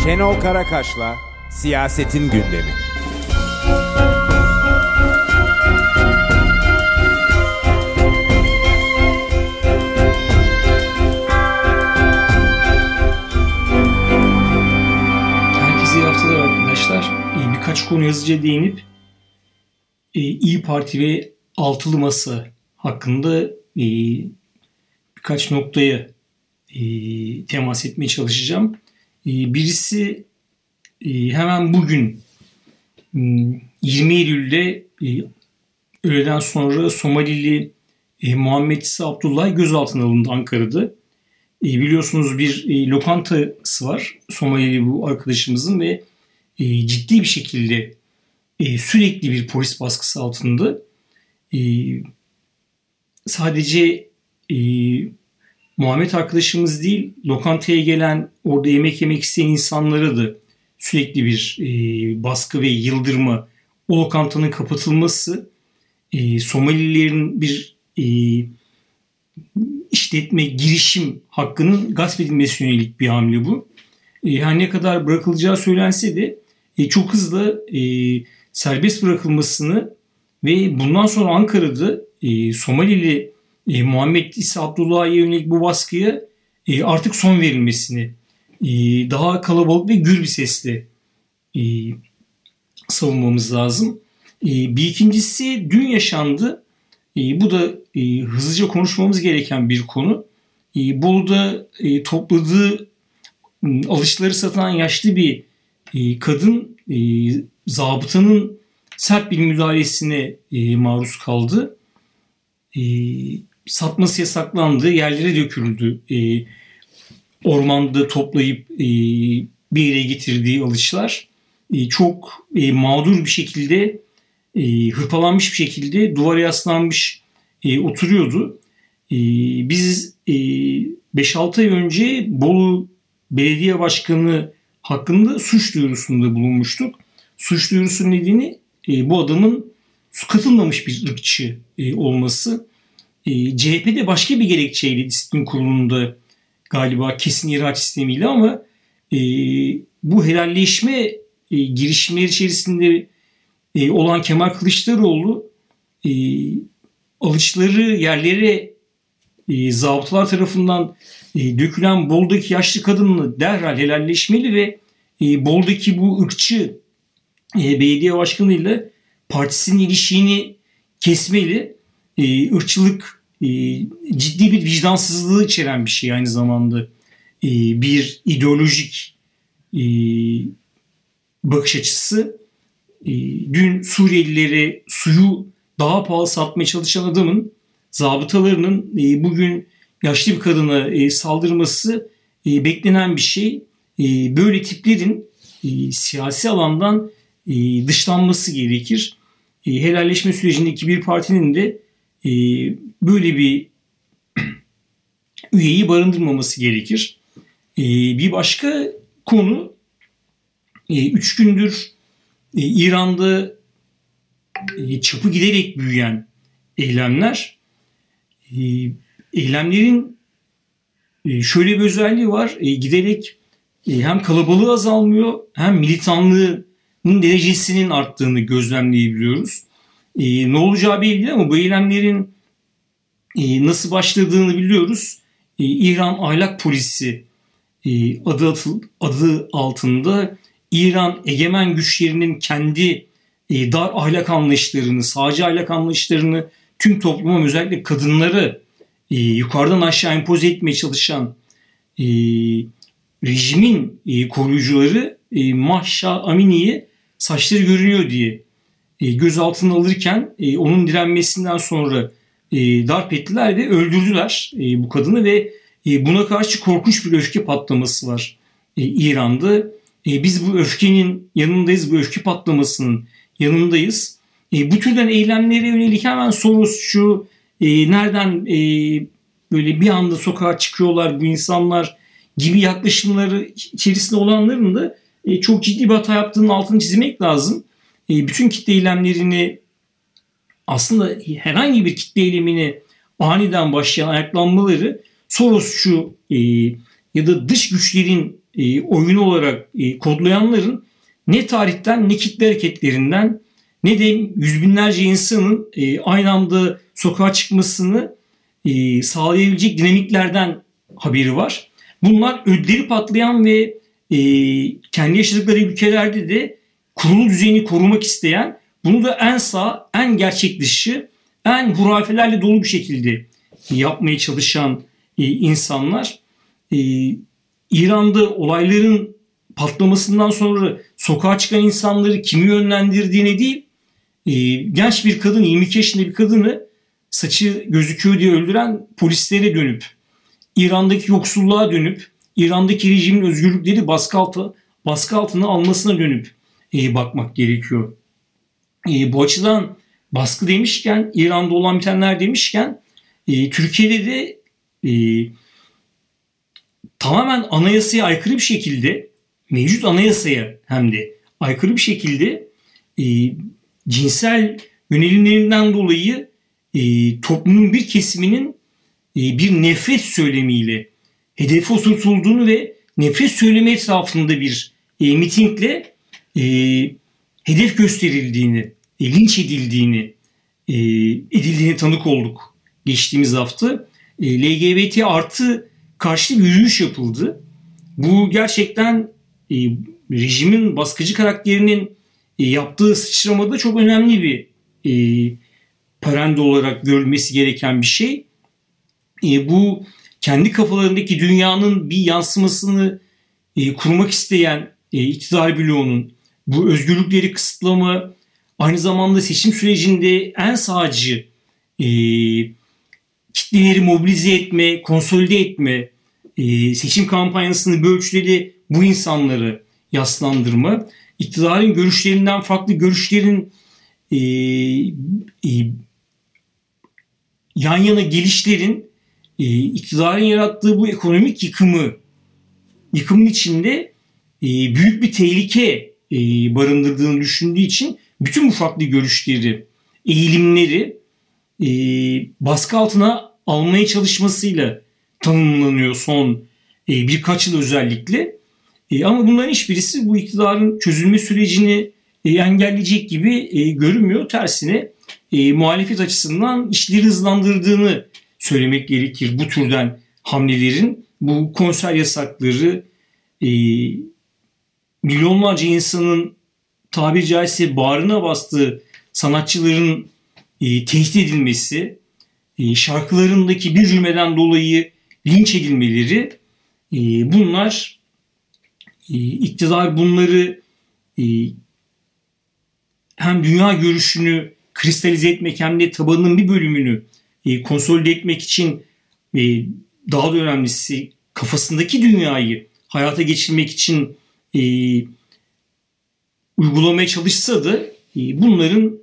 Şenol Karakaş'la Siyasetin Gündemi. Herkese iyi haftalar arkadaşlar. Birkaç konu hızlıca değinip İYİ Parti ve Altılı Masa hakkında birkaç noktaya temas etmeye çalışacağım. Birisi hemen bugün 20 Eylül'de öğleden sonra Somalili Muhammed İsa Abdullah gözaltına alındı Ankara'da. Biliyorsunuz bir lokantası var Somalili bu arkadaşımızın ve ciddi bir şekilde sürekli bir polis baskısı altında. Sadece Muhammed arkadaşımız değil, lokantaya gelen, orada yemek yemek isteyen insanlara da sürekli bir baskı ve yıldırma, o lokantanın kapatılması, Somalililerin bir işletme, girişim hakkının gasp edilmesi yönelik bir hamle bu. Her ne kadar bırakılacağı söylense de çok hızlı serbest bırakılmasını ve bundan sonra Ankara'da Somalili Muhammed İsa Abdullah'a yönelik bu baskıya artık son verilmesini daha kalabalık ve gür bir sesle savunmamız lazım. Bir ikincisi dün yaşandı. Bu da hızlıca konuşmamız gereken bir konu. Bolu'da topladığı alışları satan yaşlı bir kadın zabıtanın sert bir müdahalesine maruz kaldı. Satması yasaklandı, yerlere döküldü. Ormanda toplayıp bir yere getirdiği alışlar çok mağdur bir şekilde, hırpalanmış bir şekilde duvara yaslanmış oturuyordu. Biz 5-6 ay önce Bolu Belediye Başkanı hakkında suç duyurusunda bulunmuştuk. Suç duyurusunun nedeni bu adamın katılmamış bir ırkçı olması. CHP'de başka bir gerekçeyle disiplin kurulunda galiba kesin ihraç sistemiyle ama bu helalleşme girişimleri içerisinde olan Kemal Kılıçdaroğlu alışları yerlere zabıtalar tarafından dökülen Bolu'daki yaşlı kadınla derhal helalleşmeli ve Bolu'daki bu ırkçı belediye başkanıyla partisinin ilişiğini kesmeli. Irkçılık ciddi bir vicdansızlığı içeren bir şey aynı zamanda. Bir ideolojik bakış açısı. Dün Suriyelilere suyu daha pahalı satmaya çalışan adamın zabıtalarının bugün yaşlı bir kadına saldırması beklenen bir şey. Böyle tiplerin siyasi alandan dışlanması gerekir. Helalleşme sürecindeki bir partinin de böyle bir üyeyi barındırmaması gerekir. Bir başka konu 3 gündür İran'da çapı giderek büyüyen eylemler. Eylemlerin şöyle bir özelliği var. Giderek hem kalabalığı azalmıyor hem militanlığın derecesinin arttığını gözlemleyebiliyoruz. Ne olacağı belli değil ama bu eylemlerin nasıl başladığını biliyoruz. İran Ahlak Polisi adı altında İran egemen güçlerinin kendi dar ahlak anlayışlarını, sağcı ahlak anlayışlarını tüm topluma, özellikle kadınları yukarıdan aşağı empoze etmeye çalışan rejimin koruyucuları Mahsa Amini'ye saçları görünüyor diye gözaltına alırken onun direnmesinden sonra darp ettiler ve öldürdüler bu kadını ve buna karşı korkunç bir öfke patlaması var İran'da. Biz bu öfkenin yanındayız, bu öfke patlamasının yanındayız. Bu türden eylemlere yönelik hemen Sorosçu, nereden böyle bir anda sokağa çıkıyorlar bu insanlar gibi yaklaşımları içerisinde olanların da çok ciddi bir hata yaptığının altını çizmek lazım. Bütün kitle eylemlerini, aslında herhangi bir kitle eylemini aniden başlayan ayaklanmaları Sorosçu ya da dış güçlerin oyunu olarak kodlayanların ne tarihten ne kitle hareketlerinden ne de yüz binlerce insanın aynı anda sokağa çıkmasını sağlayabilecek dinamiklerden haberi var. Bunlar ödleri patlayan ve kendi yaşadıkları ülkelerde de kurulu düzeni korumak isteyen, bunu da en sağ, en gerçek dışı, en hurafelerle dolu bir şekilde yapmaya çalışan insanlar. İran'da olayların patlamasından sonra sokağa çıkan insanları kimi yönlendirdiğine değil, genç bir kadın, 22 yaşında bir kadını saçı gözüküyor diye öldüren polislere dönüp, İran'daki yoksulluğa dönüp, İran'daki rejimin özgürlükleri baskı altına almasına dönüp bakmak gerekiyor. Bu açıdan baskı demişken, İran'da olan bitenler demişken, Türkiye'de de tamamen anayasaya aykırı bir şekilde, mevcut anayasaya hem de aykırı bir şekilde cinsel yönelimlerinden dolayı toplumun bir kesiminin bir nefret söylemiyle hedefe oturtulduğunu ve nefret söylemi etrafında bir mitingle hedef gösterildiğini, linç edildiğine tanık olduk geçtiğimiz hafta. LGBT artı karşı bir yürüyüş yapıldı. Bu gerçekten rejimin baskıcı karakterinin yaptığı sıçramada çok önemli bir parende olarak görülmesi gereken bir şey. Bu kendi kafalarındaki dünyanın bir yansımasını kurmak isteyen iktidar bloğunun bu özgürlükleri kısıtlama, aynı zamanda seçim sürecinde en sağcı kitleleri mobilize etme, konsolide etme, seçim kampanyasını bir ölçüde bu insanları yaslandırma, iktidarın görüşlerinden farklı görüşlerin yan yana gelişlerin iktidarın yarattığı bu ekonomik yıkımın içinde büyük bir tehlike barındırdığını düşündüğü için bütün bu farklı görüşleri, eğilimleri baskı altına almaya çalışmasıyla tanımlanıyor son birkaç yıl özellikle. Ama bunların hiçbirisi bu iktidarın çözülme sürecini engelleyecek gibi görünmüyor. Tersine muhalefet açısından işleri hızlandırdığını söylemek gerekir bu türden hamlelerin. Bu konser yasakları, milyonlarca insanın tabiri caizse bağrına bastığı sanatçıların tehdit edilmesi, şarkılarındaki bir cümleden dolayı linç edilmeleri, bunlar iktidar bunları hem dünya görüşünü kristalize etmek hem de tabanının bir bölümünü konsolide etmek için daha da önemlisi kafasındaki dünyayı hayata geçirmek için uygulamaya çalışsa da bunların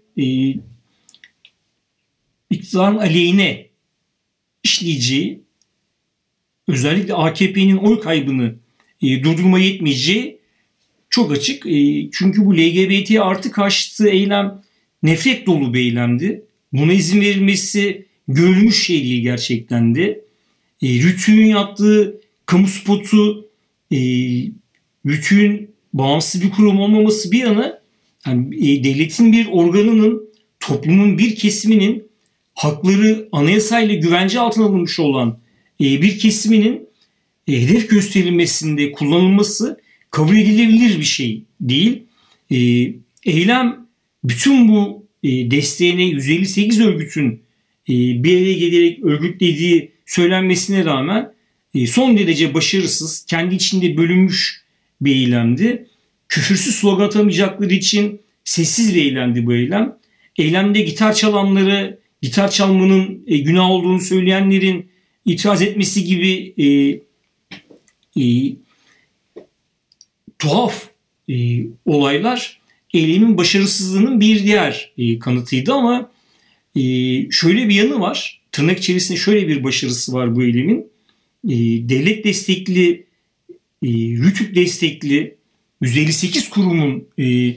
iktidarın aleyhine işleyeceği, özellikle AKP'nin oy kaybını durdurmaya yetmeyeceği çok açık. Çünkü bu LGBT artı karşıtı eylem nefret dolu bir eylemdi. Buna izin verilmesi görülmüş şey değil gerçekten de. Rütü'nün yaptığı kamu spotu, Rütü'nün bağımsız bir kurum olmaması bir yana, yani devletin bir organının, toplumun bir kesiminin hakları anayasayla güvence altına alınmış olan bir kesiminin hedef gösterilmesinde kullanılması kabul edilebilir bir şey değil. Eylem bütün bu desteğine 158 örgütün bir araya gelerek örgütlediği söylenmesine rağmen son derece başarısız, kendi içinde bölünmüş bir eylemdi. Küfürsüz slogan atamayacakları için sessiz bir eylemdi bu eylem. Eylemde gitar çalanları, gitar çalmanın günah olduğunu söyleyenlerin itiraz etmesi gibi tuhaf olaylar eylemin başarısızlığının bir diğer kanıtıydı ama şöyle bir yanı var. Tırnak içerisinde şöyle bir başarısı var bu eylemin. Devlet destekli, RTÜK destekli 158 kurumun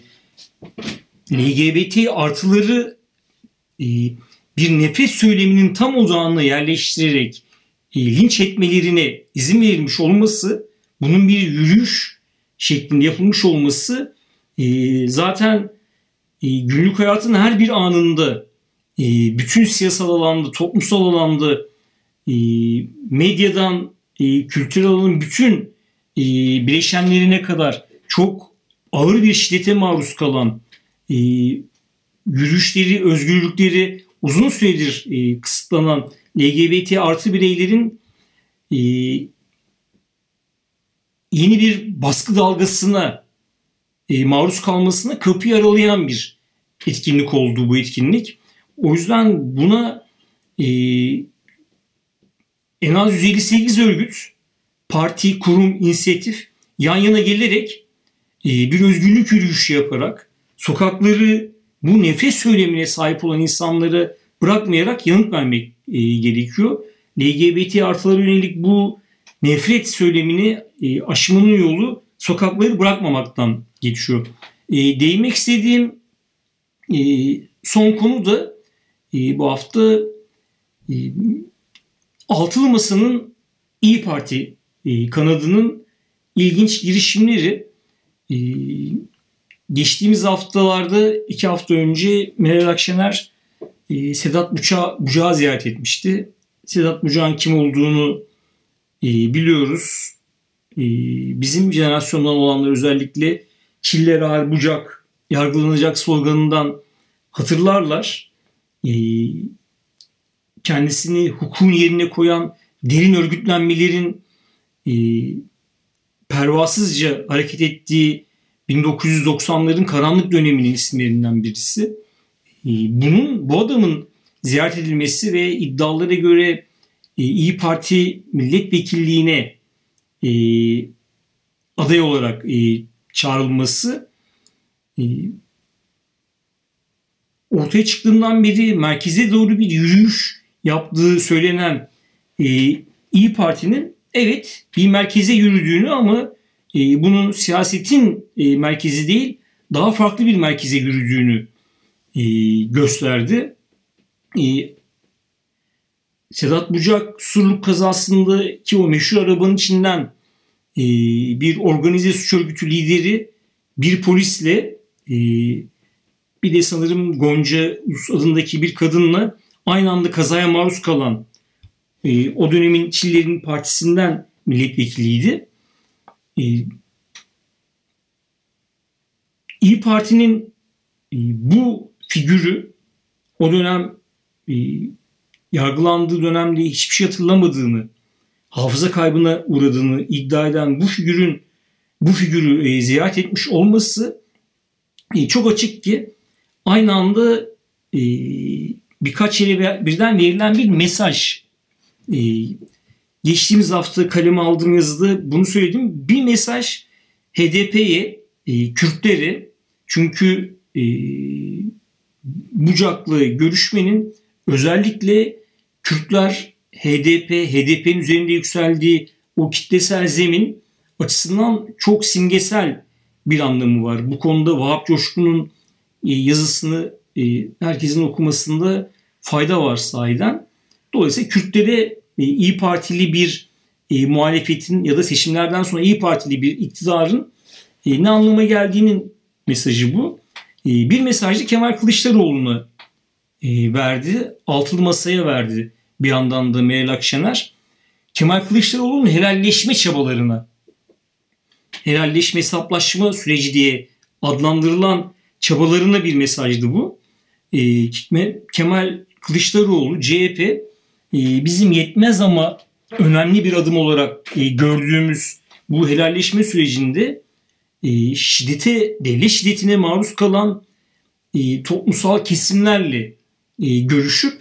LGBT artıları bir nefret söyleminin tam odağına yerleştirerek linç etmelerine izin verilmiş olması, bunun bir yürüyüş şeklinde yapılmış olması zaten günlük hayatın her bir anında, bütün siyasal alanda, toplumsal alanda, medyadan kültürel alanın bütün bileşenlerine kadar çok ağır bir şiddete maruz kalan, yürüyüşleri, özgürlükleri uzun süredir kısıtlanan LGBT artı bireylerin yeni bir baskı dalgasına maruz kalmasına kapıyı aralayan bir etkinlik oldu bu etkinlik. O yüzden buna en az 158 örgüt, parti, kurum, inisiyatif yan yana gelerek bir özgürlük yürüyüşü yaparak sokakları bu nefret söylemine sahip olan insanları bırakmayarak yanıt vermek gerekiyor. LGBT artılara yönelik bu nefret söylemini aşmanın yolu sokakları bırakmamaktan geçiyor. Değinmek istediğim son konu da bu hafta Altılı Masa'nın İYİ Parti kanadının ilginç girişimleri. Geçtiğimiz haftalarda 2 hafta önce Meral Akşener Sedat Bucak'ı ziyaret etmişti. Sedat Bucak'ın kim olduğunu biliyoruz. Bizim jenerasyondan olanlar özellikle Çiller Ağar Bucak yargılanacak sloganından hatırlarlar. Kendisini hukukun yerine koyan derin örgütlenmelerin pervasızca hareket ettiği 1990'ların karanlık döneminin isimlerinden birisi. Bu adamın ziyaret edilmesi ve iddialara göre İYİ Parti milletvekilliğine aday olarak çağrılması ortaya çıktığından beri merkeze doğru bir yürüyüş yaptığı söylenen İYİ Parti'nin evet bir merkeze yürüdüğünü ama bunun siyasetin merkezi değil daha farklı bir merkeze yürüdüğünü gösterdi. Sedat Bucak Surluk kazasındaki o meşhur arabanın içinden bir organize suç örgütü lideri bir polisle bir de sanırım Gonca adındaki bir kadınla aynı anda kazaya maruz kalan o dönemin Çiller'in partisinden milletvekiliydi. İYİ Parti'nin bu figürü o dönem yargılandığı dönemde hiçbir şey hatırlamadığını, hafıza kaybına uğradığını iddia eden bu figürü ziyaret etmiş olması çok açık ki aynı anda birkaç yere birden verilen bir mesaj. Geçtiğimiz hafta kaleme aldığım yazıda bunu söyledim. Bir mesaj HDP'ye, Kürtlere, çünkü Bucak'la görüşmenin özellikle Kürtler, HDP'nin üzerinde yükseldiği o kitlesel zemin açısından çok simgesel bir anlamı var. Bu konuda Vahap Coşkun'un yazısını herkesin okumasında fayda var sahiden. Dolayısıyla Kürtlere İYİ Partili bir muhalefetin ya da seçimlerden sonra İYİ Partili bir iktidarın ne anlama geldiğinin mesajı bu. Bir mesajı Kemal Kılıçdaroğlu'na verdi. Altılı Masa'ya verdi bir yandan da Meral Akşener. Kemal Kılıçdaroğlu'nun helalleşme çabalarına, helalleşme hesaplaşma süreci diye adlandırılan çabalarına bir mesajdı bu. Kemal Kılıçdaroğlu, CHP bizim yetmez ama önemli bir adım olarak gördüğümüz bu helalleşme sürecinde devlet şiddetine maruz kalan toplumsal kesimlerle görüşüp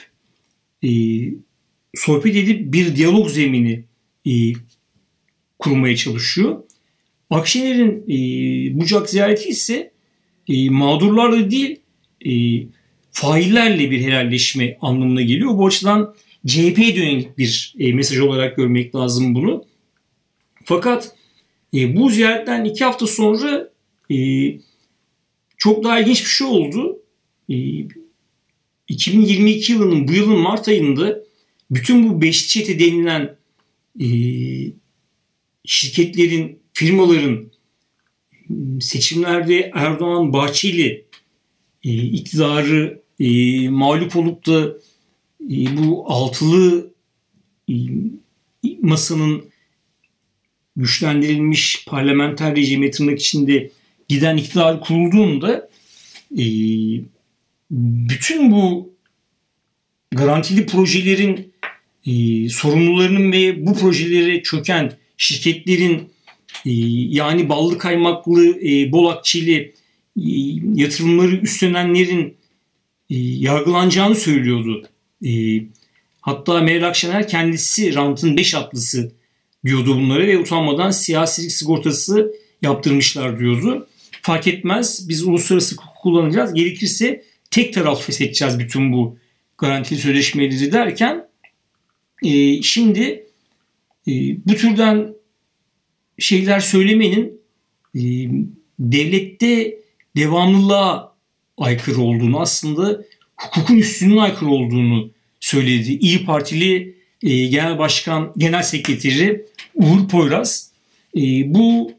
sohbet edip bir diyalog zemini kurmaya çalışıyor. Akşener'in Bucak ziyareti ise mağdurlarla değil faillerle bir helalleşme anlamına geliyor. Bu açıdan CHP'ye dönelik bir mesaj olarak görmek lazım bunu. Fakat bu ziyaretten 2 hafta sonra çok daha ilginç bir şey oldu. 2022 yılının bu yılın Mart ayında bütün bu beşli çete denilen firmaların seçimlerde Erdoğan, Bahçeli iktidarı mağlup olup da bu altılı masanın güçlendirilmiş parlamenter rejime tırnak içinde giden iktidar kurulduğunda bütün bu garantili projelerin sorumlularının ve bu projelere çöken şirketlerin yani ballı kaymaklı, bol akçeli yatırımları üstlenenlerin yargılanacağını söylüyordu. Hatta Meral Akşener kendisi rantın 5 atlısı diyordu bunlara ve utanmadan siyasilik sigortası yaptırmışlar diyordu. Fark etmez, biz uluslararası hukuk kullanacağız. Gerekirse tek taraf feshedeceğiz bütün bu garantili sözleşmeleri derken şimdi bu türden şeyler söylemenin devlette devamlılığa aykırı olduğunu, aslında hukukun üstünlüğüne aykırı olduğunu söyledi. İYİ Partili Genel Sekreteri Uğur Poyraz. Bu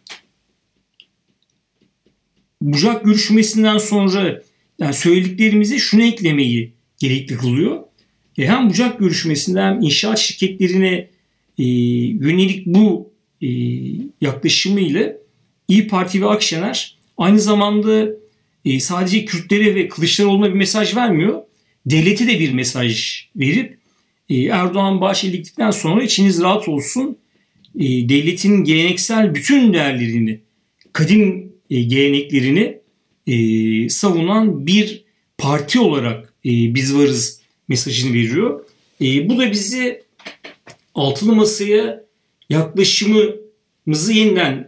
Bucak görüşmesinden sonra yani söylediklerimize şunu eklemeyi gerekli kılıyor. Hem Bucak görüşmesinde hem inşaat şirketlerine yönelik bu yaklaşımıyla İYİ Parti ve Akşener aynı zamanda sadece Kürtlere ve Kılıçdaroğlu'na bir mesaj vermiyor. Devlete de bir mesaj verip Erdoğan Bahçeli'den sonra içiniz rahat olsun, devletin geleneksel bütün değerlerini, kadim geleneklerini savunan bir parti olarak biz varız mesajını veriyor. Bu da bizi altılı masaya yaklaşımımızı yeniden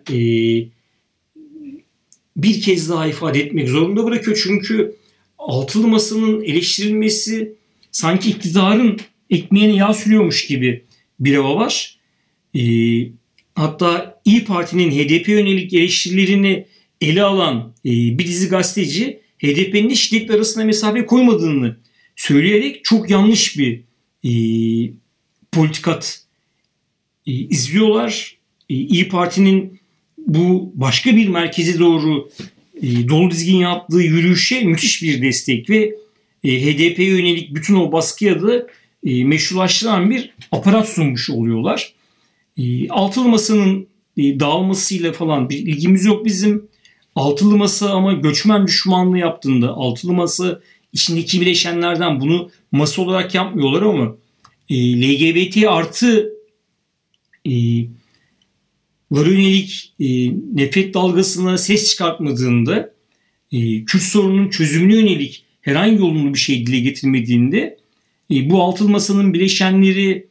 bir kez daha ifade etmek zorunda bırakıyor. Çünkü altılı masanın eleştirilmesi sanki iktidarın ekmeğine yağ sürüyormuş gibi bir hava var. Hatta İYİ Parti'nin HDP yönelik eleştirilerini ele alan bir dizi gazeteci HDP'nin de şiddetle arasına mesafe koymadığını söyleyerek çok yanlış bir politikat izliyorlar. İYİ Parti'nin bu başka bir merkeze doğru dolu dizgin yaptığı yürüyüşe müthiş bir destek ve HDP'ye yönelik bütün o baskıya da meşrulaştıran bir aparat sunmuş oluyorlar. Altılı Masa'nın dağılmasıyla falan bir ilgimiz yok bizim. Altılı Masa ama göçmen düşmanlığı yaptığında Altılı Masa içindeki bileşenlerden bunu masa olarak yapmıyorlar ama LGBT artı yönelik nefret dalgasına ses çıkartmadığında, Kürt sorununun çözümüne yönelik herhangi olumlu bir şey dile getirmediğinde bu altılı masanın bileşenleri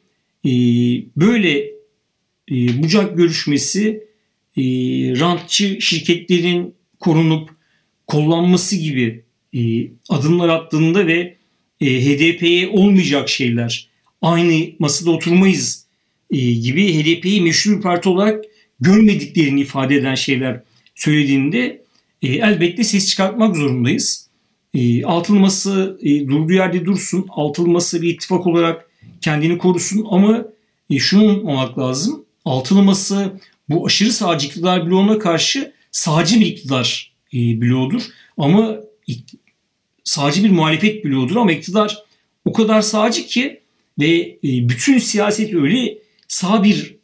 böyle bucak görüşmesi, rantçı şirketlerin korunup kollanması gibi adımlar attığında ve HDP'ye olmayacak şeyler, aynı masada oturmayız gibi HDP'yi meşru bir parti olarak görmediklerini ifade eden şeyler söylediğinde elbette ses çıkartmak zorundayız. Altılı Masa durduğu yerde dursun, Altılı Masa bir ittifak olarak kendini korusun ama şunu unutmamak lazım. Altılı Masa bu aşırı sağcı iktidar bloğuna karşı sağcı bir iktidar bloğudur. Ama sağcı bir muhalefet bloğudur ama iktidar o kadar sağcı ki ve bütün siyaset öyle sağ bir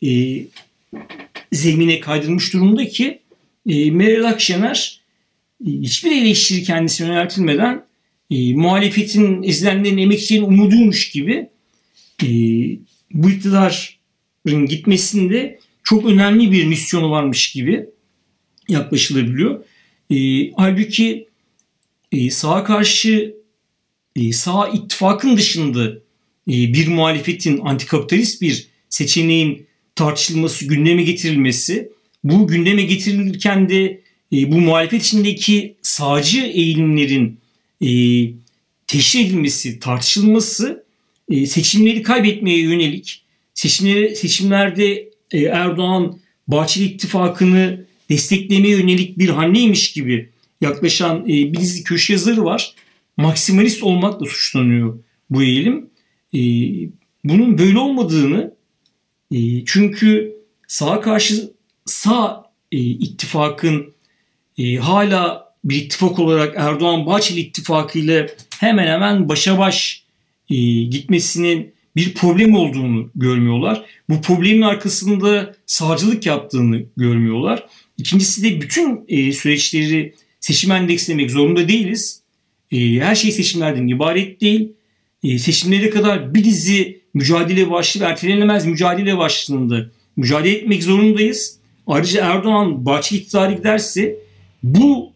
zemine kaydırmış durumda ki Meral Akşener hiçbir eleştiri kendisine yöneltilmeden muhalefetin, ezilenlerin, emekçilerin umuduymuş gibi bu iktidarın gitmesinde çok önemli bir misyonu varmış gibi yaklaşılabiliyor. Halbuki sağa karşı sağ ittifakın dışında bir muhalefetin, antikapitalist bir seçeneğin tartışılması, gündeme getirilmesi, bu gündeme getirilirken de bu muhalefet içindeki sağcı eğilimlerin teşhir edilmesi, tartışılması seçimleri kaybetmeye yönelik, seçimlerde Erdoğan Bahçeli ittifakını desteklemeye yönelik bir hamleymiş gibi yaklaşan bir dizi köşe yazarı var. Maksimalist olmakla suçlanıyor bu eğilim. Bunun böyle olmadığını, çünkü Sağa karşı sağ ittifakın hala bir ittifak olarak Erdoğan-Bahçeli ittifakı ile hemen hemen başa baş gitmesinin bir problem olduğunu görmüyorlar. Bu problemin arkasında sağcılık yaptığını görmüyorlar. İkincisi de bütün süreçleri seçim endekslemek zorunda değiliz. Her şey seçimlerden ibaret değil. Seçimlere kadar bir dizi mücadele başlığı ve ertelenemez mücadele başlığında mücadele etmek zorundayız. Ayrıca Erdoğan Bahçeli iktidarı giderse bu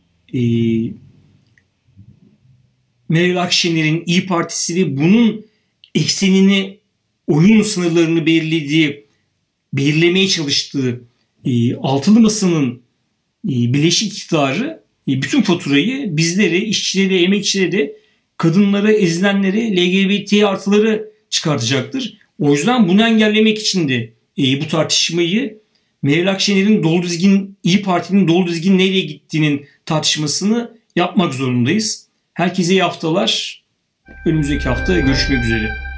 Meral Akşener'in İYİ Partisi ve bunun eksenini, oyun sınırlarını belirlemeye çalıştığı altılı masanın birleşik iktidarı bütün faturayı bizlere, işçilere, emekçilere, kadınlara, ezilenlere, LGBT artıları çıkartacaktır. O yüzden bunu engellemek için de bu tartışmayı Meral Akşener'in dolu dizgin, İYİ Parti'nin dolu dizgin nereye gittiğinin tartışmasını yapmak zorundayız. Herkese iyi haftalar. Önümüzdeki hafta görüşmek üzere.